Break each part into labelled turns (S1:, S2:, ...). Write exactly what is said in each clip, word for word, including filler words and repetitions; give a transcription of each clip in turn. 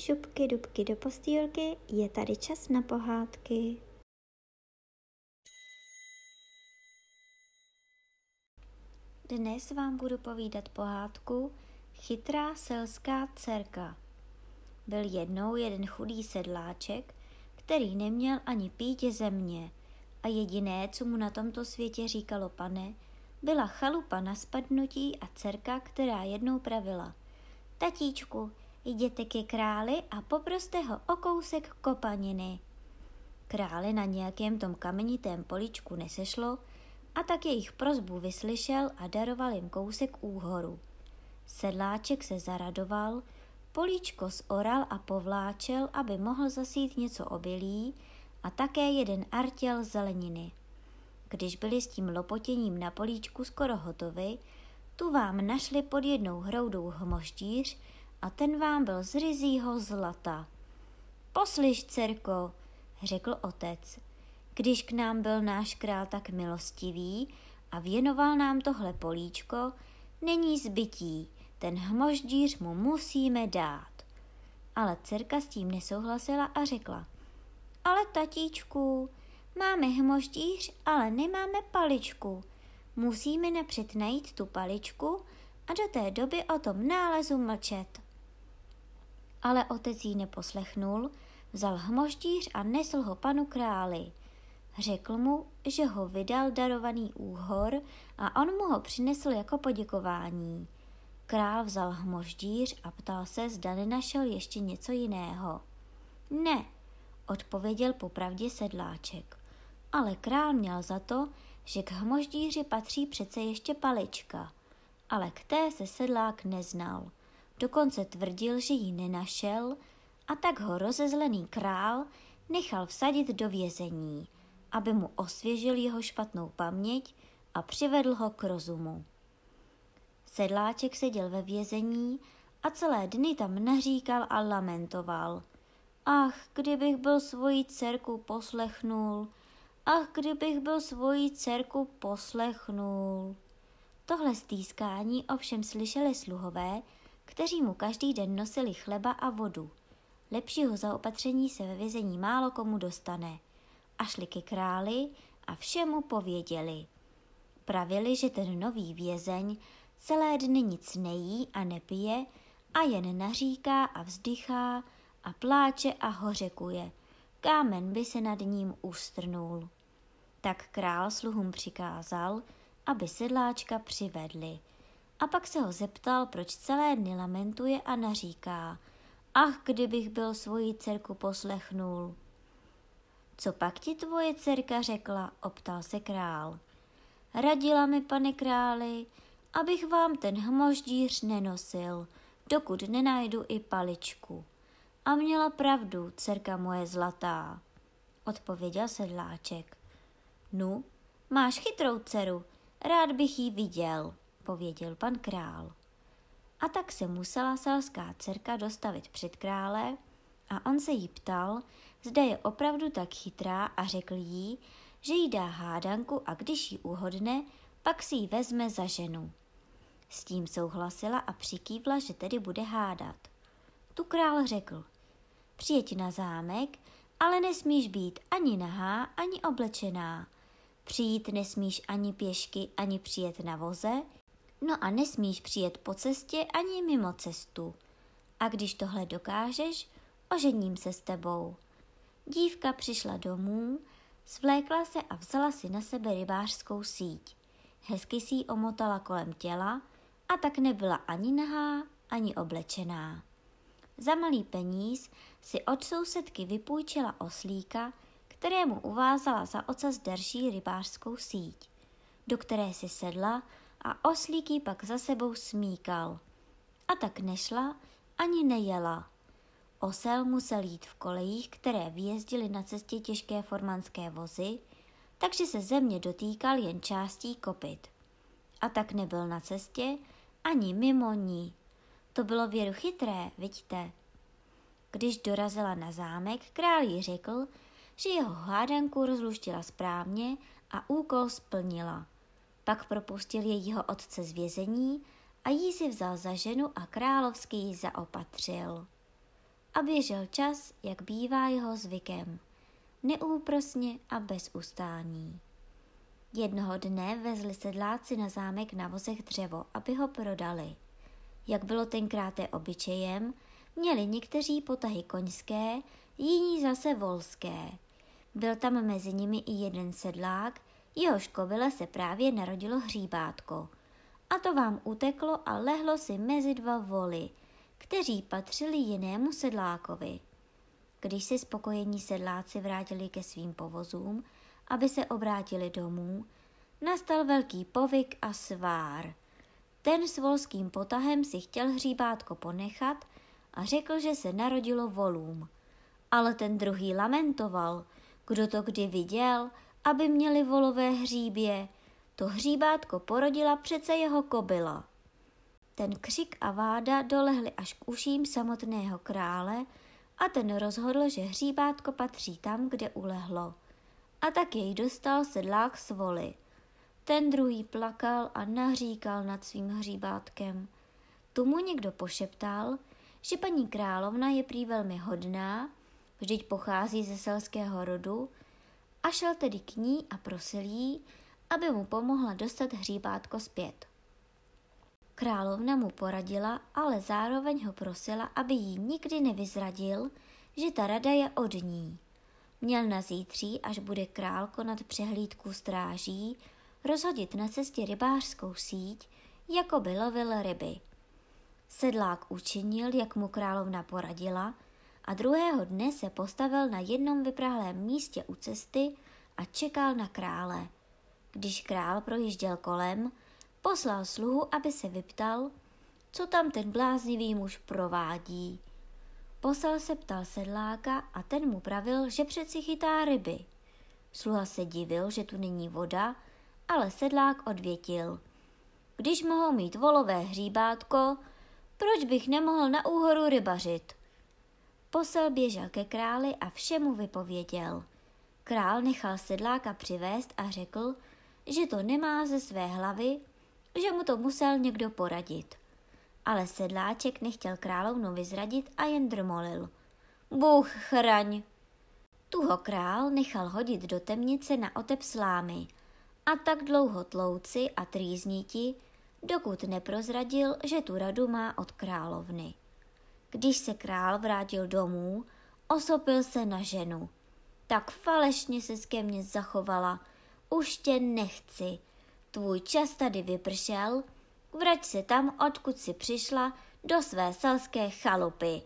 S1: šupky dubky do postýlky, je tady čas na pohádky. Dnes vám budu povídat pohádku Chytrá selská dcerka. Byl jednou jeden chudý sedláček, který neměl ani píď země a jediné, co mu na tomto světě říkalo pane, byla chalupa na spadnutí a dcerka, která jednou pravila: Tatíčku, jděte ke králi a poproste ho o kousek kopaniny. Králi na nějakém tom kamenitém políčku nesešlo a tak jejich prosbu vyslyšel a daroval jim kousek úhoru. Sedláček se zaradoval, políčko zoral a povláčel, aby mohl zasít něco obilí a také jeden artěl zeleniny. Když byli s tím lopotěním na políčku skoro hotovi, tu vám našli pod jednou hroudou hmoždíř a ten vám byl z ryzího zlata. Poslyš, dcerko, řekl otec, když k nám byl náš král tak milostivý a věnoval nám tohle políčko, není zbytí, ten hmoždíř mu musíme dát. Ale dcerka s tím nesouhlasila a řekla: Ale tatíčku, máme hmoždíř, ale nemáme paličku. Musíme napřed najít tu paličku a do té doby o tom nálezu mlčet. Ale otec jí neposlechnul, vzal hmoždíř a nesl ho panu králi. Řekl mu, že ho vydal darovaný úhor a on mu ho přinesl jako poděkování. Král vzal hmoždíř a ptal se, zda nenašel ještě něco jiného. Ne, odpověděl popravdě sedláček, ale král měl za to, že k hmoždíři patří přece ještě palička, ale k té se sedlák neznal. Dokonce tvrdil, že ji nenašel, a tak ho rozezlený král nechal vsadit do vězení, aby mu osvěžil jeho špatnou paměť a přivedl ho k rozumu. Sedláček seděl ve vězení a celé dny tam naříkal a lamentoval. Ach, kdybych byl svoji dcerku poslechnul, ach, kdybych byl svoji dcerku poslechnul. Tohle stýskání ovšem slyšeli sluhové, kteří mu každý den nosili chleba a vodu. Lepšího zaopatření se ve vězení málo komu dostane. A šli ke králi a všemu pověděli. Pravili, že ten nový vězeň celé dny nic nejí a nepije a jen naříká a vzdychá a pláče a hořekuje. Kámen by se nad ním ustrnul. Tak král sluhům přikázal, aby sedláčka přivedli. A pak se ho zeptal, proč celé dny lamentuje a naříká. Ach, kdybych byl svoji dcerku poslechnul. Co pak ti tvoje dcerka řekla, optal se král. Radila mi, pane králi, abych vám ten hmoždíř nenosil, dokud nenajdu i paličku. A měla pravdu, dcerka moje zlatá, odpověděl sedláček. Nu, máš chytrou dceru, rád bych ji viděl, pověděl pan král. A tak se musela selská dcerka dostavit před krále a on se jí ptal, zda je opravdu tak chytrá a řekl jí, že jí dá hádanku a když jí uhodne, pak si ji vezme za ženu. S tím souhlasila a přikývla, že tedy bude hádat. Tu král řekl: Přijeď na zámek, ale nesmíš být ani nahá, ani oblečená. Přijít nesmíš ani pěšky, ani přijet na voze, no a nesmíš přijet po cestě ani mimo cestu. A když tohle dokážeš, ožením se s tebou. Dívka přišla domů, svlékla se a vzala si na sebe rybářskou síť. Hezky si ji omotala kolem těla a tak nebyla ani nahá, ani oblečená. Za malý peníz si od sousedky vypůjčila oslíka, kterému uvázala za ocas další rybářskou síť, do které si sedla a oslík ji pak za sebou smíkal. A tak nešla ani nejela. Osel musel jít v kolejích, které vyjezdily na cestě těžké formanské vozy, takže se země dotýkal jen částí kopyt. A tak nebyl na cestě ani mimo ní. To bylo věru chytré, viďte. Když dorazila na zámek, král jí řekl, že jeho hádanku rozluštila správně a úkol splnila. Pak propustil jejího otce z vězení a jí si vzal za ženu a královsky ji zaopatřil. a běžel čas, jak bývá jeho zvykem, neúprosně a bez ustání. Jednoho dne vezli sedláci na zámek na vozech dřevo, aby ho prodali. Jak bylo tenkrát obyčejem, měli někteří potahy koňské, jiní zase volské. Byl tam mezi nimi i jeden sedlák, jehož kobyle se právě narodilo hříbátko. A to vám uteklo a lehlo si mezi dva voly, kteří patřili jinému sedlákovi. Když se spokojení sedláci vrátili ke svým povozům, aby se obrátili domů, nastal velký povyk a svár. Ten s volským potahem si chtěl hříbátko ponechat a řekl, že se narodilo volům. Ale ten druhý lamentoval, kdo to kdy viděl, aby měli volové hříbě. To hříbátko porodila přece jeho kobyla. Ten křik a váda dolehli až k uším samotného krále a ten rozhodl, že hříbátko patří tam, kde ulehlo. A tak jej dostal sedlák z voly. Ten druhý plakal a naříkal nad svým hříbátkem. Tu mu někdo pošeptal, že paní královna je prý velmi hodná, vždyť pochází ze selského rodu, a šel tedy k ní a prosil jí, aby mu pomohla dostat hříbátko zpět. Královna mu poradila, ale zároveň ho prosila, aby jí nikdy nevyzradil, že ta rada je od ní. Měl na zítří, až bude král konat přehlídku stráží, rozhodit na cestě rybářskou síť, jako by lovil ryby. Sedlák učinil, jak mu královna poradila, a druhého dne se postavil na jednom vyprahlém místě u cesty a čekal na krále. Když král projížděl kolem, poslal sluhu, aby se vyptal, co tam ten bláznivý muž provádí. Posel se ptal sedláka a ten mu pravil, že přeci chytá ryby. Sluha se divil, že tu není voda, ale sedlák odvětil. Když mohou mít volové hříbátko, proč bych nemohl na úhoru rybařit? Posel běžel ke králi a vše mu vypověděl. Král nechal sedláka přivést a řekl, že to nemá ze své hlavy, že mu to musel někdo poradit. Ale sedláček nechtěl královnu vyzradit a jen drmolil. Bůh chraň! Tu ho král nechal hodit do temnice na otep slámy a tak dlouho tlouci a trýzniti, dokud neprozradil, že tu radu má od královny. Když se král vrátil domů, osopil se na ženu. Tak falešně ses ke mně zachovala, už tě nechci, tvůj čas tady vypršel, vrať se tam, odkud si přišla, do své selské chalupy.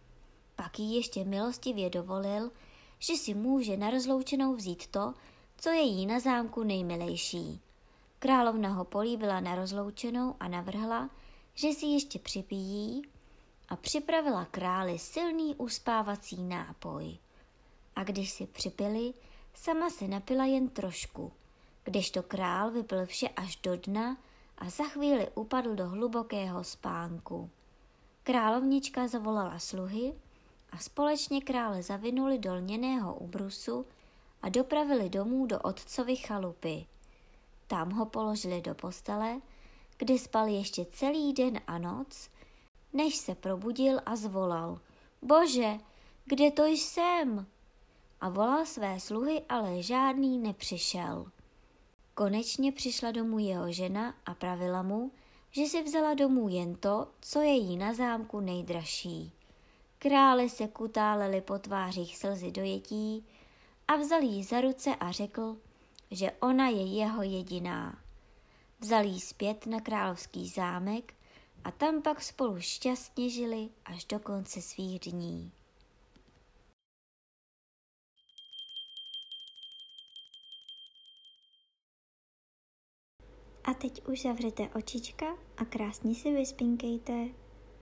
S1: Pak jí ještě milostivě dovolil, že si může na rozloučenou vzít to, co je jí na zámku nejmilejší. Královna ho políbila na rozloučenou a navrhla, že si ještě připijí, a připravila králi silný uspávací nápoj. A když si připili, sama se napila jen trošku, kdežto král vypil vše až do dna a za chvíli upadl do hlubokého spánku. Královnička zavolala sluhy a společně krále zavinuli do lněného ubrusu a dopravili domů do otcovy chalupy. Tam ho položili do postele, kde spal ještě celý den a noc, než se probudil a zvolal: Bože, kde to jsem? A volal své sluhy, ale žádný nepřišel. Konečně přišla domů jeho žena a pravila mu, že si vzala domů jen to, co je jí na zámku nejdražší. Králi se kutáleli po tvářích slzy dojetí a vzal jí za ruce a řekl, že ona je jeho jediná. Vzal jí zpět na královský zámek a tam pak spolu šťastně žili až do konce svých dní. A teď už zavřete očička a krásně si vyspinkejte.